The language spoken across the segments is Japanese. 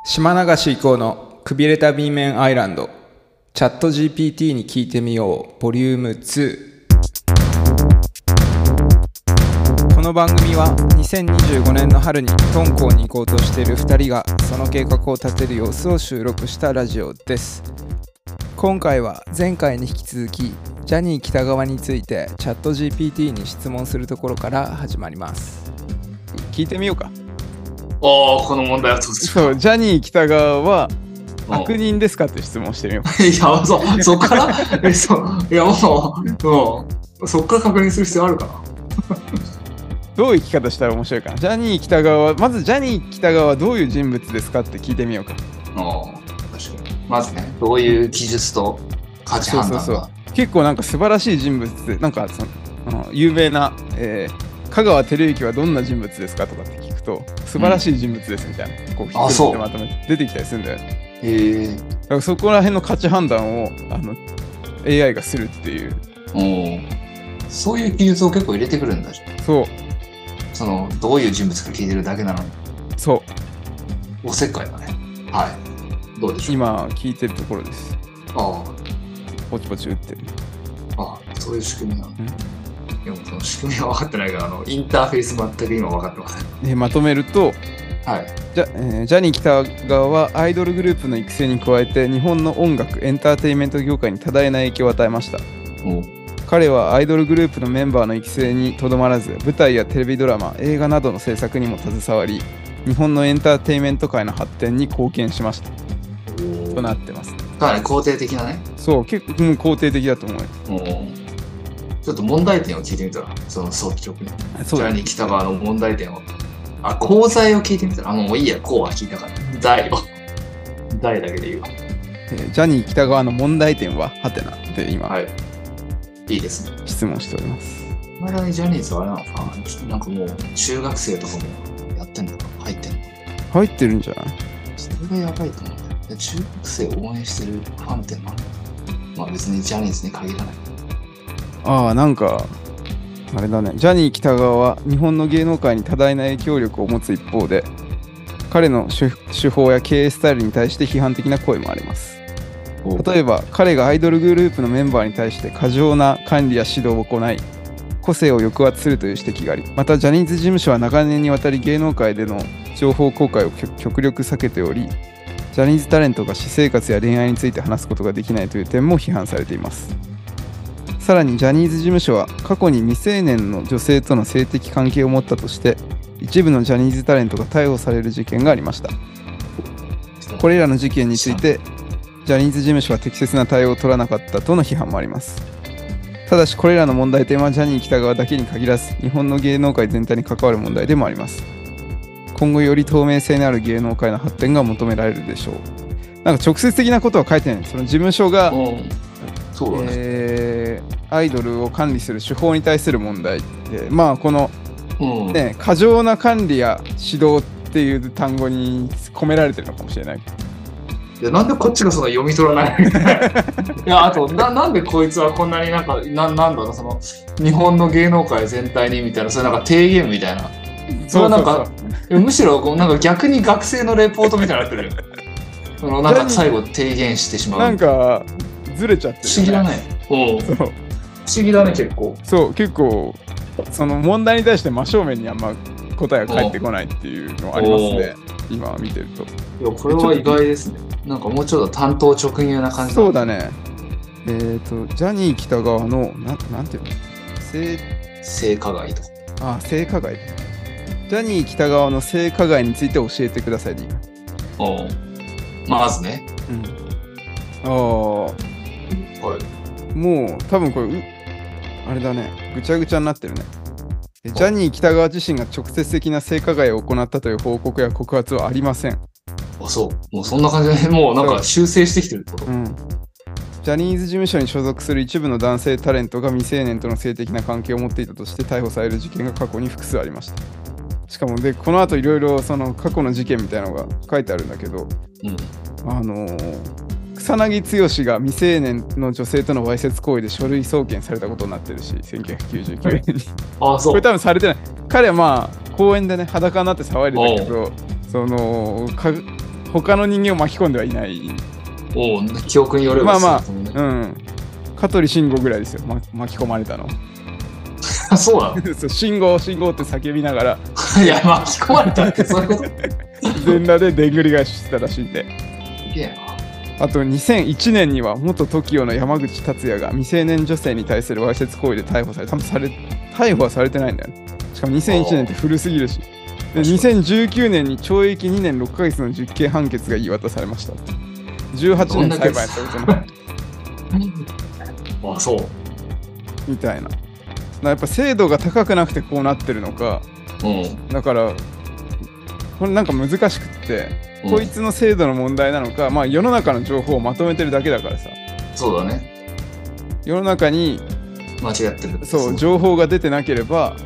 島流し以降のくびれた B 面アイランド、チャット GPT に聞いてみようボリューム2。この番組は2025年の春に敦煌に行こうとしている2人がその計画を立てる様子を収録したラジオです。今回は前回に引き続きジャニー喜多川についてチャット GPT に質問するところから始まります。聞いてみようか。 この問題はどうでしょう。 そう、ジャニー喜多川は悪人ですかって質問してみようか。 いや、そっからいや、もうそっから確認する必要あるかな。 どういう生き方したら面白いかな。ジャニー喜多川は、まずジャニー喜多川はどういう人物ですかって聞いてみようか。 確かに。まずね、どういう記述と価値判断が。 そう結構なんか素晴らしい人物で、なんか有名な、香川照之はどんな人物ですかとかって聞くと、素晴らしい人物ですみたいな、こう一つでまとめて出てきたりするんだよね。だからそこら辺の価値判断をAI がするっていう。 そういう記述を結構入れてくるんだ。 そう。 どういう人物か聞いてるだけなのに。 そう。 おせっかいだね。はい。どうでしょう。 今聞いてるところです。ポチポチ打ってる。 そういう仕組みなの。でもその仕組みは分かってないから、インターフェース全く今分かってません。 まとめると、 はい。 ジャニー喜多川はアイドルグループの育成に加えて日本の音楽エンターテインメント業界に多大な影響を与えました。彼はアイドルグループのメンバーの育成にとどまらず、舞台やテレビドラマ、映画などの制作にも携わり、日本のエンターテインメント界の発展に貢献しましたとなってます。 かなり肯定的なね。 そう、結構肯定的だと思うよ。 ちょっと問題点を聞いてみたら、その早期直に。ジャニー喜多川の問題点を。功罪を聞いてみたら、もういいや、こうは聞いたから。罪だけで言うわ。 ジャニー喜多川の問題点はハテナで今、 はい、いいですね。 質問しております。 まだにジャニーズはあれなのかな、なんかもう中学生とかもやってんのか、入ってるんじゃない？ それがやばいと思うんだよ。中学生を応援してるファンってのは、まあ別にジャニーズに限らない。 なんかあれだね。ジャニー喜多川は日本の芸能界に多大な影響力を持つ一方で、彼の手法や経営スタイルに対して批判的な声もあります。例えば彼がアイドルグループのメンバーに対して過剰な管理や指導を行い、個性を抑圧するという指摘があり、またジャニーズ事務所は長年にわたり芸能界での情報公開を極力避けており、ジャニーズタレントが私生活や恋愛について話すことができないという点も批判されています。さらにジャニーズ事務所は過去に未成年の女性との性的関係を持ったとして一部のジャニーズタレントが逮捕される事件がありました。これらの事件についてジャニーズ事務所は適切な対応を取らなかったとの批判もあります。ただしこれらの問題点はジャニー喜多川だけに限らず日本の芸能界全体に関わる問題でもあります。今後より透明性のある芸能界の発展が求められるでしょう。なんか直接的なことは書いてない。その事務所がそうだね。 アイドルを管理する手法に対する問題で、この、過剰な管理や指導っていう単語に込められてるのかもしれない。 いや、なんでこっちがその読み取らないいや、あとなんでこいつはこんなになんだろう、その日本の芸能界全体にみたいな、それなんか提言みたいな。それはなんかむしろなんか逆に学生のレポートみたいになってる。なんか最後提言してしまう。 なんかずれちゃってる、 不思議だね。不思議だね、結構。 そう、結構その問題に対して真正面にあんま答えが返ってこないっていうのはありますね。今見てると。 いや、これは意外ですね。なんかもうちょっと担当直入な感じ。 そうだね。ジャニー喜多川のなんていうの？ 性加害とか。 性加害。ジャニー喜多川の性加害について教えてくださいでいいか。 まずね。 もう多分これあれだね、ぐちゃぐちゃになってるね。ジャニー喜多川自身が直接的な性加害を行ったという報告や告発はありません。 そう、もうそんな感じで、もうなんか修正してきてるってこと。 ジャニーズ事務所に所属する一部の男性タレントが未成年との性的な関係を持っていたとして逮捕される事件が過去に複数ありました。しかもでこの後いろいろその過去の事件みたいなのが書いてあるんだけど、草薙剛が未成年の女性とのわいせつ行為で書類送検されたことになってるし、1999年にそうこれ多分されてない。彼は公園でね裸になって騒いでたけど、 他の人間を巻き込んではいない。 おう、記憶によればまあそうですね。 香取慎吾ぐらいですよ、巻き込まれたの。 そうなの。 そう、慎吾って叫びながらいや、巻き込まれたってそういうこと。 全裸ででんぐり返ししてたらしいんで。 すげえな。 あと2001年には元 TOKIO の山口達也が未成年女性に対するわいせつ行為で逮捕され、逮捕はされてないんだよね。しかも2001年って古すぎるし。で2019年に懲役2年6ヶ月の実刑判決が言い渡されました。18年裁判やったことないあ、そう。 みたいな。やっぱ精度が高くなくてこうなってるのか、だからこれなんか難しくって、こいつの精度の問題なのか、まあ世の中の情報をまとめてるだけだからさ。 そうだね。 世の中に間違ってる。 そう情報が出てなければ、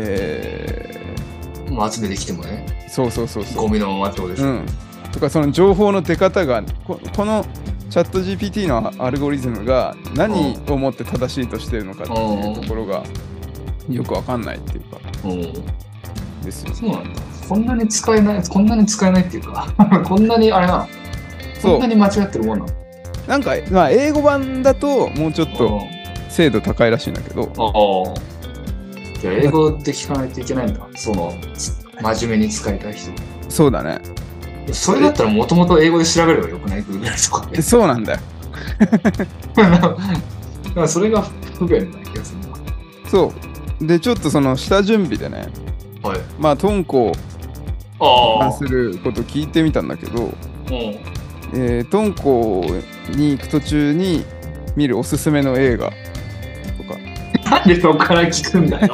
もう集めてきてもね。 そうゴミのままってことでしょ。 とかその情報の出方がこのチャット GPT のアルゴリズムが何をもって正しいとしてるのかっていうところがよくわかんないっていうかですよ。 そうなんだ。こんなに使えないっていうかこんなにあれなの。こんなに間違ってるもんなの。 なんかまあ英語版だともうちょっと精度高いらしいんだけど。 じゃあ英語で聞かないといけないんだ。その真面目に使いたい人。 そうだね。 それだったらもともと英語で調べればよくない？ Google とかで。 そうなんだよ。 だからそれが不便な気がするな。 そうでちょっとその下準備でね、 はい、 まあトンコに関すること聞いてみたんだけど、トンコに行く途中に見るおすすめの映画とか。 なんでそこから聞くんだよ。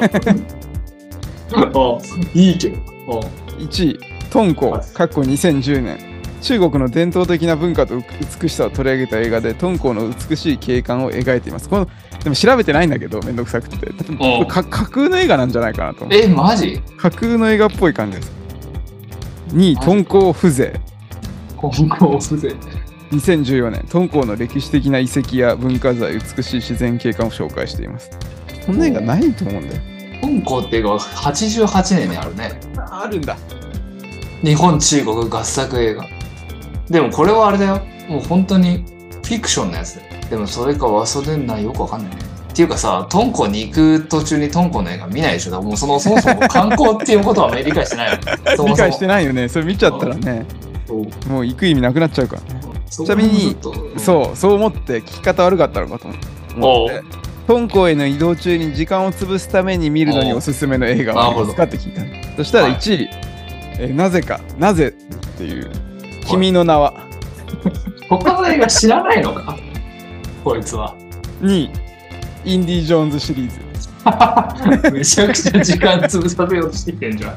いいけど。 1位トンコ2010年。中国の伝統的な文化と美しさを取り上げた映画でトンコの美しい景観を描いています。でも調べてないんだけどめんどくさくて架空の映画なんじゃないかなと思う。 マジ？ 架空の映画っぽい感じです。2位トンコ風情。2014年トンコの歴史的な遺跡や文化財、美しい自然景観を紹介しています。こんな映画ないと思うんだよ。 トンコって映画は88年にあるね。 あるんだ。 日本中国合作映画。でもこれはあれだよ。もう本当にフィクションのやつだよ。でもそれか忘れんないよくわかんないね。っていうかさ、トンコに行く途中にトンコの映画見ないでしょ。だからもうそもそも観光っていうことは理解してないよ。 理解してないよね。それ見ちゃったらね、もう行く意味なくなっちゃうからね。ちなみに、そう思って聞き方悪かったのかと思って。トンコへの移動中に時間を潰すために見るのにおすすめの映画は何ですかって聞いたの。そしたら1位、なぜっていう君の名は。 他の映画知らないのかこいつは。2 位インディ・ジョーンズシリーズ。めちゃくちゃ時間潰させようとしてきてんじゃん。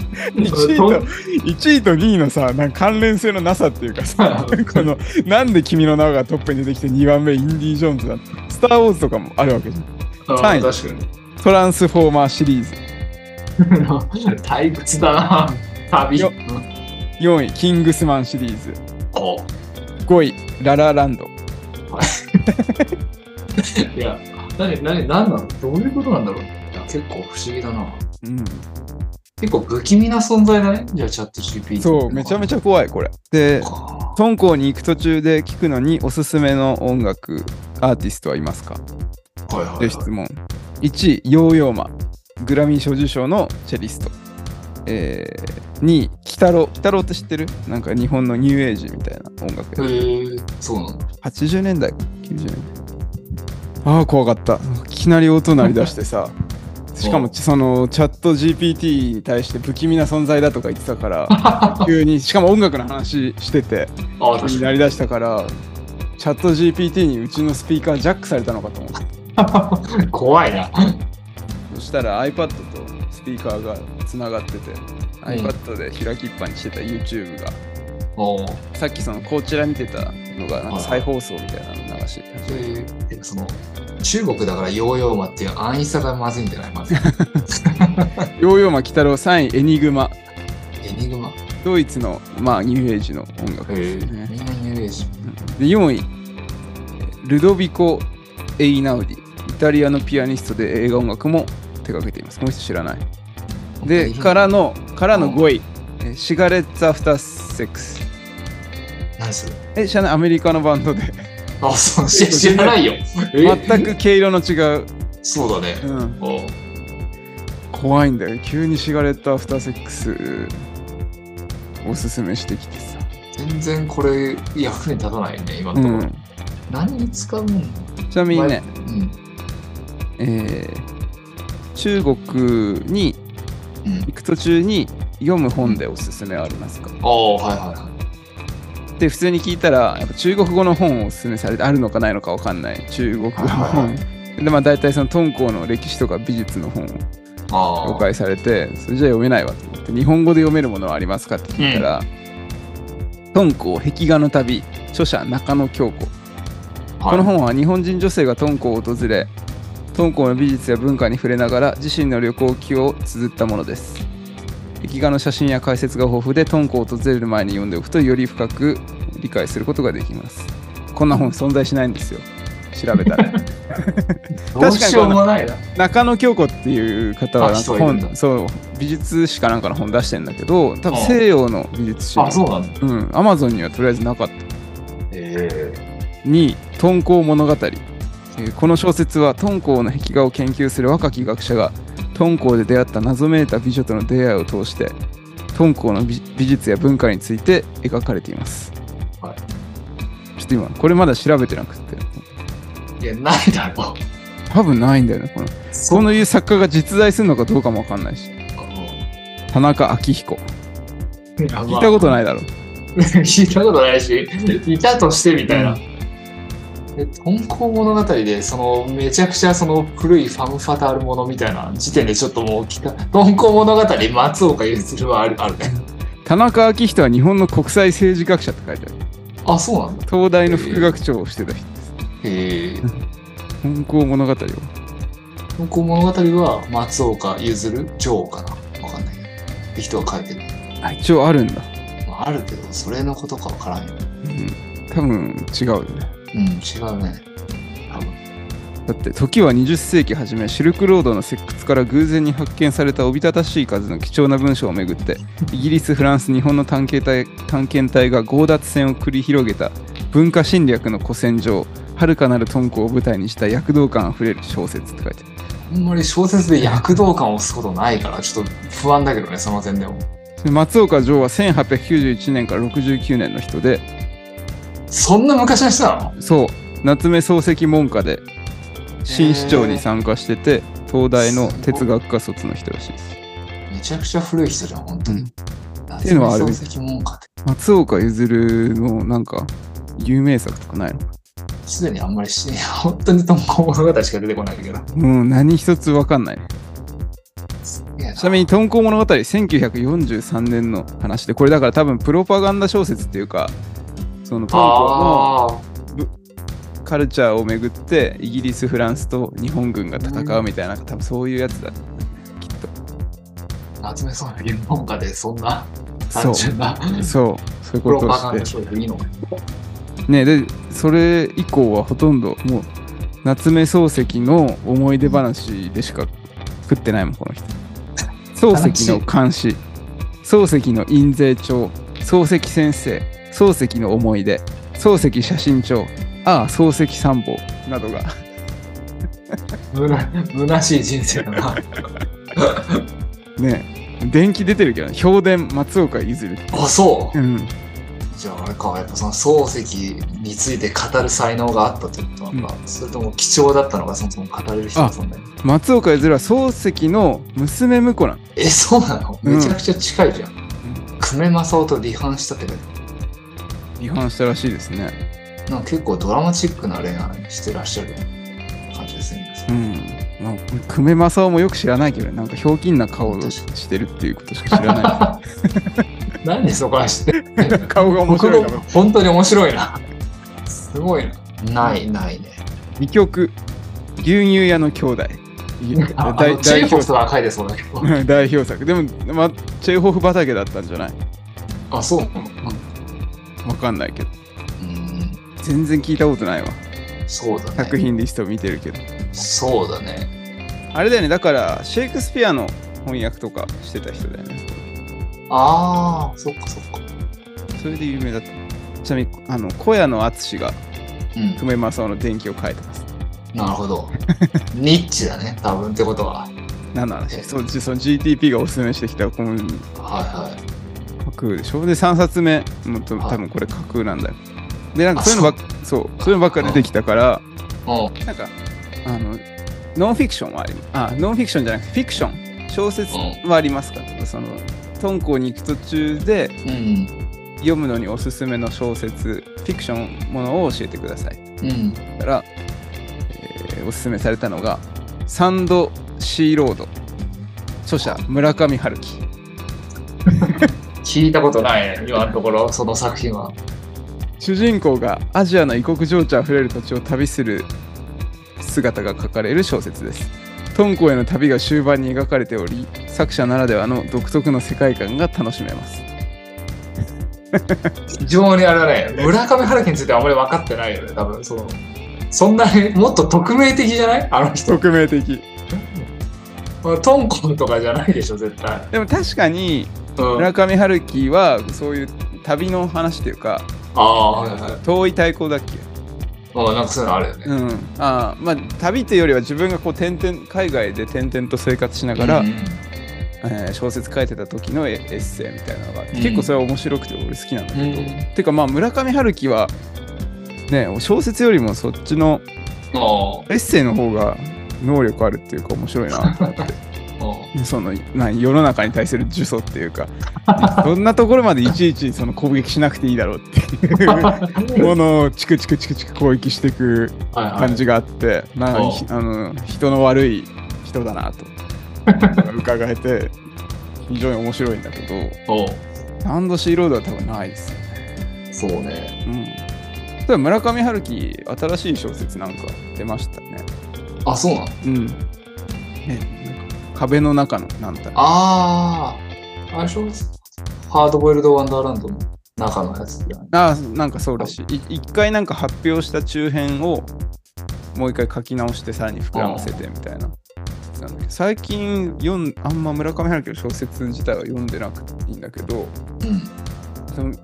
1位と2位のさ、なんか関連性のなさっていうかさこのなんで君の名がトップに出てきて2番目インディ・ジョーンズだって。スター・ウォーズとかもあるわけじゃん。3位確かにトランスフォーマーシリーズ。 退屈だな。旅。 4位キングスマンシリーズ。5位ララランド。 いや、何なの？どういうことなんだろう。いや、結構不思議だな。結構不気味な存在だね。じゃあチャット GPT。 そう、めちゃめちゃ怖いこれ。で、トンコに行く途中で聞くのにおすすめの音楽アーティストはいますか？で質問。1位ヨーヨーマ、グラミー賞受賞のチェリスト。2位キタロって知ってる？なんか日本のニューエイジみたいな音楽やそうなの ？80年代90年代。ああ怖かった。いきなり音鳴り出してさ、しかもそのチャット GPT に対して不気味な存在だとか言ってたから急に、しかも音楽の話してて急に鳴り出したから、チャット GPT にうちのスピーカージャックされたのかと思って怖いな。 そしたら iPad とスピーカーがつながってて、iPad で開きっぱにしてた YouTube が、さっきそのこちら見てたのがなんか再放送みたいなの流してその中国だからヨーヨーマっていう安易さがまずいんじゃない？まずヨーヨーマ、鬼太郎。3位エニグマ。ドイツのまあニューエイジの音楽ですね。 みんなニューエイジ。 で4位ルドビコ・エイナウディ。イタリアのピアニストで映画音楽も手掛けています。この人知らない。でからの5位シガレッツ・アフター・セックス。 それ。知らない？アメリカのバンドで。 あ、そう、知らないよ。 全く毛色の違う。 そうだね。 怖いんだよ。急にシガレットアフターセックスおすすめしてきてさ。 全然これ役に立たないよね、今のところ。何に使うの？ ちなみにね、中国に行く途中に読む本でおすすめはありますか？で、普通に聞いたら、やっぱ中国語の本をおすすめされて、あるのかないのか分かんない中国語の本。で、大体その敦煌の歴史とか美術の本を紹介されて、それじゃ読めないわと思って、日本語で読めるものはありますかって聞いたら、敦煌壁画の旅、著者中野京子。この本は日本人女性が敦煌を訪れ、敦煌の美術や文化に触れながら自身の旅行記を綴ったものです。壁画の写真や解説が豊富で、敦煌を訪れる前に読んでおくとより深く理解することができます。こんな本存在しないんですよ、調べたら。 どうしようもないな。 中野京子っていう方はなんか本、そう美術史かなんかの本出してるんだけど、多分西洋の美術史。 そうなんだ。 アマゾンにはとりあえずなかった。に敦煌物語。この小説は敦煌の壁画を研究する若き学者が敦煌で出会った謎めいた美女との出会いを通して敦煌の美術や文化について描かれています。ちょっと今これまだ調べてなくて。 いや、ないだろう。 多分ないんだよね。このいう作家が実在するのかどうかもわかんないし。田中昭彦。聞いたことないだろ。 聞いたことないし、いたとしてみたいな。敦煌物語でめちゃくちゃ古いファム・ファタールものみたいな時点でちょっともう敦煌物語松岡譲はあるね。 田中昭人は日本の国際政治学者って書いてある。 あ、そうなんだ。 東大の副学長をしてた人です。敦煌物語は敦煌物語は松岡譲上かな、わかんないって人が書いてる。 一応あるんだ。 あるけどそれのことかわからんよ。 多分違うよね。 違うね。 だって時は20世紀初め、シルクロードの石窟から偶然に発見されたおびただしい数の貴重な文書をめぐってイギリス、フランス、日本の探検隊が強奪戦を繰り広げた文化侵略の古戦場、遥かなる敦煌を舞台にした躍動感あふれる小説って書いてある。 あんまり小説で躍動感を押すことないからちょっと不安だけどね、その点でも。 松岡城は1891年から69年の人で、 そんな昔の人なの？ そう、夏目漱石門下で新市長に参加してて、東大の哲学科卒の人らしいです。 めちゃくちゃ古い人じゃん、本当に。 っていうのはある。松岡譲のなんか有名作とかないの？ すでにあんまり本当に敦煌物語しか出てこないけど。 何一つ分かんないね。ちなみに敦煌物語1943年の話で、これだから多分プロパガンダ小説っていうか、その敦煌のカルチャーをめぐってイギリス、フランスと日本軍が戦うみたいな、多分そういうやつだ、きっと。 夏目漱石の本家でそんな単純なそういうことをして。プロパガンダ小説いいのね。でそれ以降はほとんどもう夏目漱石の思い出話でしか食ってないもん、この人。漱石の漢詩、漱石の印税帳、漱石先生、漱石の思い出、漱石写真帳、漱石参謀などが虚しい人生だな。 ねえ、電気出てるけどね、評伝松岡譲。 あ、そう。じゃああれか、やっぱその漱石について語る才能があったってことなのか、それとも貴重だったのか、そもそも語れる人がそんなに。 松岡譲は漱石の娘婿なの。 そうなの？めちゃくちゃ近いじゃん。久米正雄と離反したって離反したらしいですね。 なんか結構ドラマチックな恋愛してらっしゃる感じですね。 久米正雄もよく知らないけど、なんかひょうきんな顔をしてるっていうことしか知らない。 なんでそこは知ってる？ 顔が面白いな。 本当に面白いな。すごいな。ないね。 2曲、牛乳屋の兄弟。 チェーホフとは書いてそうだけど。 代表作。でも、チェーホフ畑だったんじゃない？ あ、そうなの？ わかんないけど。全然聞いたことないわ。 そうだね。 作品リスト見てるけど。 そうだね。 あれだよね、だからシェイクスピアの翻訳とかしてた人だよね。 ああ、そっかそっか。 それで有名だった。 ちなみに小屋の淳がうん。 久米正雄の伝記を書いてます。 なるほど。ニッチだね、多分ってことは。 何の話？その GTP がおすすめしてきたこのはいはい。 架空でしょ。で3冊目も多分これ架空なんだよ。でなんかそういうのばっそういうのばっか出てきたから、 うん。 なんかノンフィクションはノンフィクションじゃなくてフィクション小説はありますか？その敦煌に行く途中でうん。 読むのにおすすめの小説フィクションものを教えてください。 うん。 だから、おすすめされたのがサンド・シー・ロード著者村上春樹。 聞いたことないね、今のところ、その作品は。 主人公がアジアの異国情緒あふれる土地を旅する姿が書かれる小説です。敦煌への旅が終盤に描かれており、作者ならではの独特の世界観が楽しめます。 非常にあれだね、村上春樹についてはあまり分かってないよね、多分そんなにもっと匿名的じゃない？あの人。 匿名的。 敦煌とかじゃないでしょ、絶対。 でも確かにうん。 村上春樹はそういう旅の話というか、 ああ、はいはい。 遠い太鼓だっけ？ なんかそういうのあるよね。 まあ旅というよりは自分がこう海外で転々と生活しながら、 うん小説書いてた時のエッセイみたいなのがあって、 うん結構それは面白くて俺好きなんだけど、 うんてかまあ村上春樹はね小説よりもそっちのあエッセイの方が能力あるっていうか面白いなと思ってあ。 その世の中に対する呪詛っていうかそんなところまでいちいちその攻撃しなくていいだろうっていうものをチクチクチクチク攻撃していくはいはい。 感じがあって、なんか人の悪い人だなと伺えて非常に面白いんだけど、 おうサンドシーロードは多分ないですよね。 そうね。 例えば村上春樹新しい小説なんか出ましたね。 あ、そうなの？ なんか壁の中のなんだろう。 ああれでしょ？ハードボイルドワンダーランドの中のやつじゃない？ なんかそうらしい。一回なんか発表した中編をもう一回書き直してさらに膨らませてみたいな。最近あんま村上春樹の小説自体は読んでなくていいんだけど、その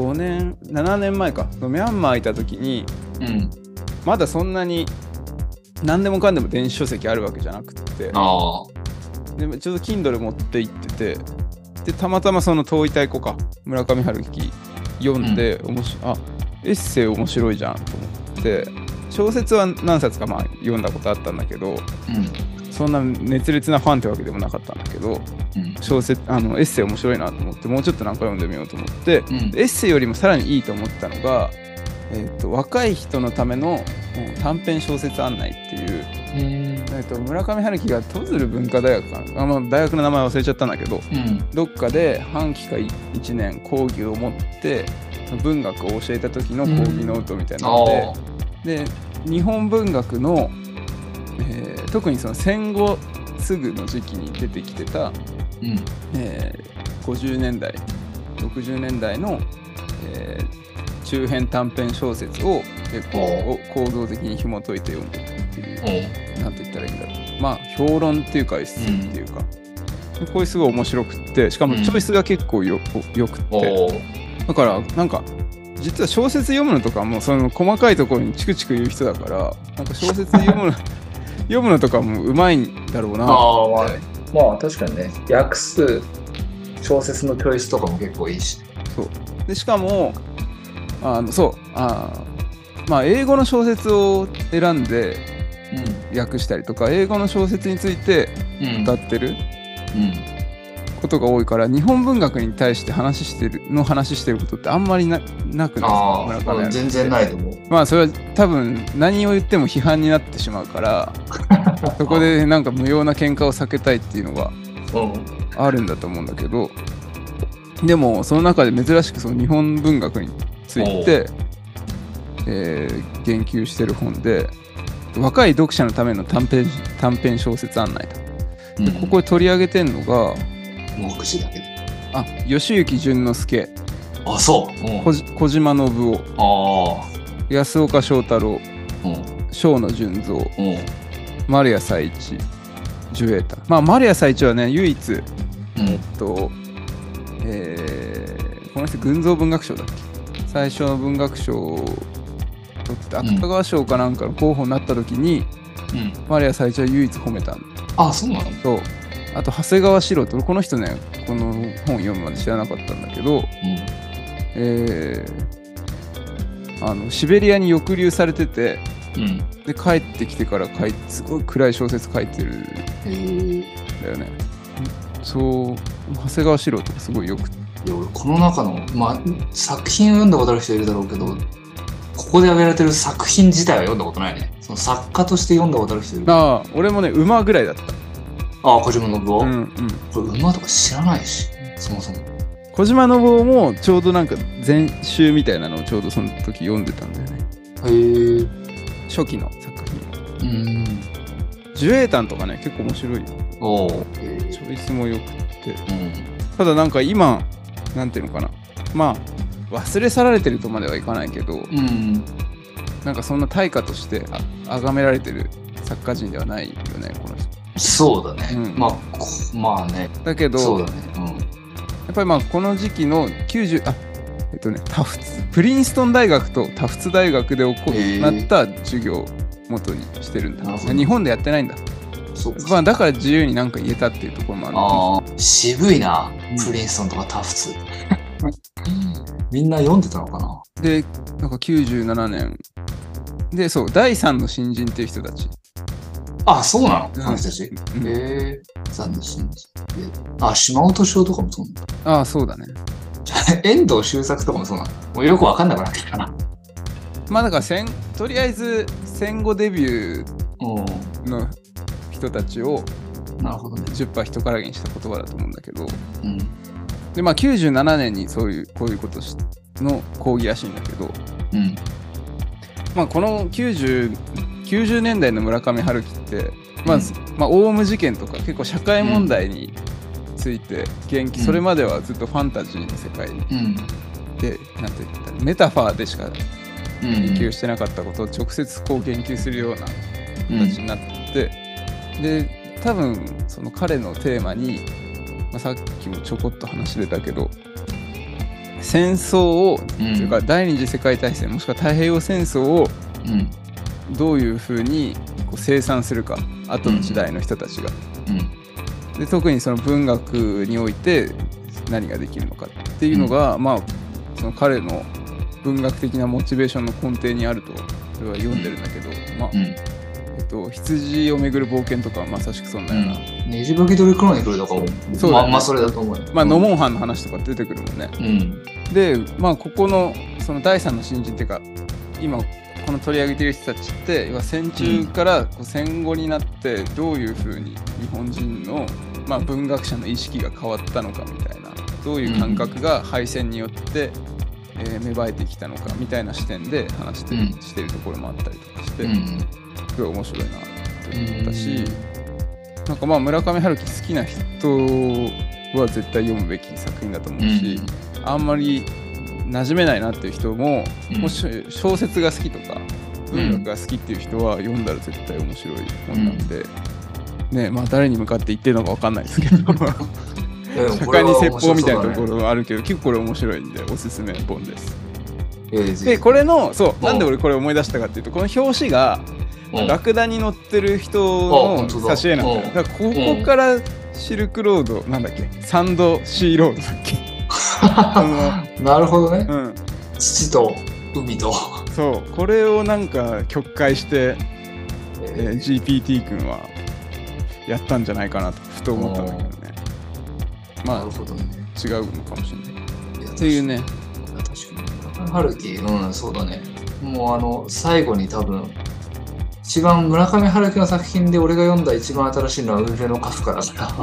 7年前かのミャンマーいた時に、まだそんなに何でもかんでも電子書籍あるわけじゃなくって、でちょうど Kindle 持って行ってて、でたまたまその遠い太鼓か村上春樹読んで、エッセイ面白いじゃんと思って、小説は何冊か読んだことあったんだけど、そんな熱烈なファンってわけでもなかったんだけど、小説エッセイ面白いなと思ってもうちょっとなんか読んでみようと思って、エッセイよりもさらにいいと思ったのが、若い人のための短編小説案内っていう、村上春樹がトズル文化大学かな、大学の名前忘れちゃったんだけど、どっかで半期か1年講義を持って文学を教えた時の講義ノートみたいなので、日本文学の特にその戦後すぐの時期に出てきてた、50年代60年代の、中編短編小説を結構構造的に紐解いて読んでいくっていう、なんて言ったらいいんだろう、まあ評論っていうかエッセイっていうか、これすごい面白くって、しかもチョイスが結構よくって、だからなんか実は小説読むのとかもその細かいところにチクチク言う人だから、なんか小説読むのとかもうまいんだろうなって。 まあ確かにね、訳す小説のチョイスとかも結構いいし。 そうでしかも英語の小説を選んで訳したりとか、英語の小説について語ってることが多いから、日本文学に対して話してることってあんまりなくないですか？村上全然ないと思う。 それは多分何を言っても批判になってしまうからそこでなんか無用な喧嘩を避けたいっていうのがあるんだと思うんだけど、でもその中で珍しくその日本文学について、言及してる本で、若い読者のための短編小説案内と、ここで取り上げてんのが目次だけで。 吉行淳之介、小島信夫、安岡正太郎、正野純三、丸谷彩一、ジュエータ。丸谷彩一はね唯一、この人群像文学賞だっけ、 最初の文学賞を取って芥川賞かなんかの候補になった時に、マリア最初は唯一褒めたんだ。 そうなの？ そう。あと長谷川史郎と、この人ね、この本読むまで知らなかったんだけど、シベリアに抑留されてて、で帰ってきてからすごい暗い小説書いてるんだよね。そう長谷川史郎とかすごいよくて、 いや俺この中の、作品を読んだことある人いるだろうけど、ここで挙げられてる作品自体は読んだことないね。その作家として読んだことある人いる。 俺もね馬ぐらいだった。 小島信夫、これ馬とか知らないし、そもそも。 小島信夫もちょうどなんか全集みたいなのをちょうどその時読んでたんだよね。 へえ。 初期の作品。ジュエータンとかね結構面白いよ。チョイスもよくて、ただなんか今なんていうのかな、忘れ去られてるとまではいかないけど、なんかそんな対価として崇められてる作家人ではないよねこの人。 そうだね。まあね。 だけどそうだね。 やっぱりこの時期のタフツプリンストン大学とタフツ大学で行った授業を元にしてるんだ。日本でやってないんだ。そうだから自由になんか言えたっていうところもある。 渋いな、プリンストンとかタフツ。みんな読んでたのかな。 でなんか97年でそう第3の新人っていう人たち。 そうなの、あの人たち。3の新人。島尾敏夫とかもそうなんだ。 そうだね。 遠藤周作とかもそうなの。もうよくわかんなくなってきたな。 だからとりあえず戦後デビューの人たちを10%人からげにした言葉だと思うんだけど、で97年にこういうことの講義らしいんだけど、この90年代の村上春樹ってオウム事件とか結構社会問題についてそれまではずっとファンタジーの世界で、なんて言ったらメタファーでしか言及してなかったことを直接こう言及するような形になって、で多分その彼のテーマに、さっきもちょこっと話出たけど、戦争を、それから第二次世界大戦もしくは太平洋戦争をどういうふうにこう清算するか、後の時代の人たちが、で特にその文学において何ができるのかっていうのが、その彼の文学的なモチベーションの根底にあるとそれは読んでるんだけど、羊をめぐる冒険とかはまさしくそんなような、 ねじぶき鳥クロニクルとかもそうだね、 それだと思うよ。 ノモンハンの話とか出てくるもんね。でここのその第3の新人っていうか今この取り上げてる人たちって戦中から戦後になってどういうふうに日本人の文学者の意識が変わったのかみたいな、どういう感覚が敗戦によって芽生えてきたのかみたいな視点で話してるところもあったりとかして、すごい面白いなと思ったし、なんか村上春樹好きな人は絶対読むべき作品だと思うし、あんまり馴染めないなっていう人も、もし小説が好きとか文学が好きっていう人は読んだら絶対面白い本なんで、誰に向かって言ってるのか分かんないですけど釈迦に説法みたいなところがあるけど、結構これ面白いんでおすすめ本です。でこれのなんで俺これ思い出したかっていうと、この表紙がラクダに乗ってる人の挿絵なんだよ。だからここからシルクロードなんだっけ、サンドシーロードだっけなるほどね、土と海とこれをなんか曲解して、GPT 君はやったんじゃないかなとふと思ったんだけどね。 なるほどね、 違うのかもしれないっていうね。 確かに春樹、そうだね。もう最後に多分一番村上春樹の作品で俺が読んだ一番新しいのはウルフェのカフカだから。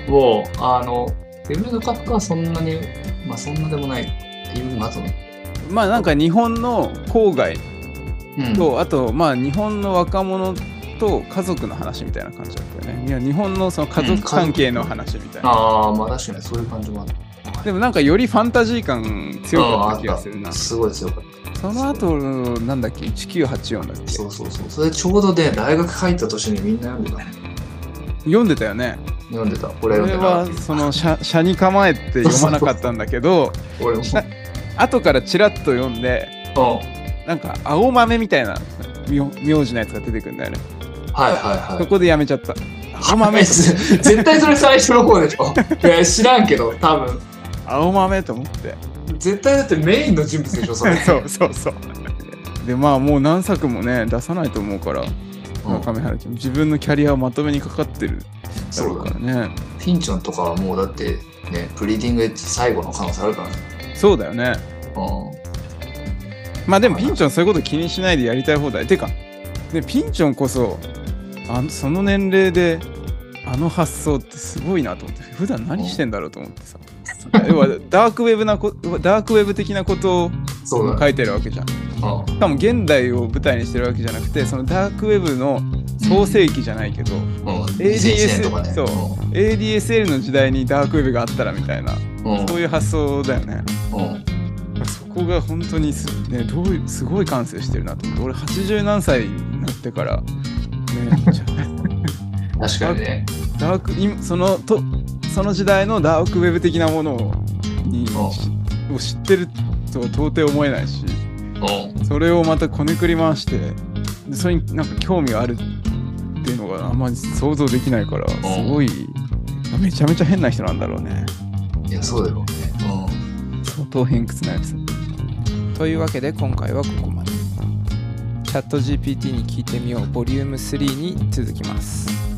もうウルフェのカフカはそんなにそんなでもないなんか日本の郊外と、あと日本の若者と家族の話みたいな感じだったよね。いや日本のその家族関係の話みたいな。 確かにそういう感じもある。 でもなんかよりファンタジー感強かった気がするな。 すごい強かった。 その後なんだっけ、1984だっけ。 そう。それちょうどで大学入った年にみんな読んでたね。 読んでたよね。 読んでた。 俺はその車に構えて読まなかったんだけど、 俺も後からチラッと読んで、なんか青豆みたいな名字のやつが出てくるんだよね。 はいはいはい。 そこでやめちゃった。青豆絶対それ最初の方でしょ。いや知らんけど多分。 青豆と思って。 絶対だってメインの人物でしょそれ。 そうそうそう。でまあもう何作もね出さないと思うから、亀原君自分のキャリアをまとめにかかってるだろうからね。 ピンチョンとかはもうだってねブリーディングエッジ最後の可能性あるからね。 そうだよね。まあでもピンチョンそういうこと気にしないでやりたい放題。てかでピンチョンこそその年齢で発想ってすごいなと思って、普段何してんだろうと思ってさ。要はダークウェブ的なことを書いてるわけじゃん。しかも現代を舞台にしてるわけじゃなくて、そのダークウェブの創世期じゃないけど、ADSL の時代にダークウェブがあったらみたいな、そういう発想だよね。そこが本当にすごい感性してるなと思って。俺80何歳になってから、ね、 確かにね。 その時代のダークウェブ的なものを知ってるとは到底思えないし、それをまたこねくり回してそれになんか興味があるっていうのがあんまり想像できないから、すごいめちゃめちゃ変な人なんだろうね。 いやそうだろうね。 相当偏屈なやつ。というわけで今回はここまで。チャット GPT に聞いてみようボリューム3に続きます。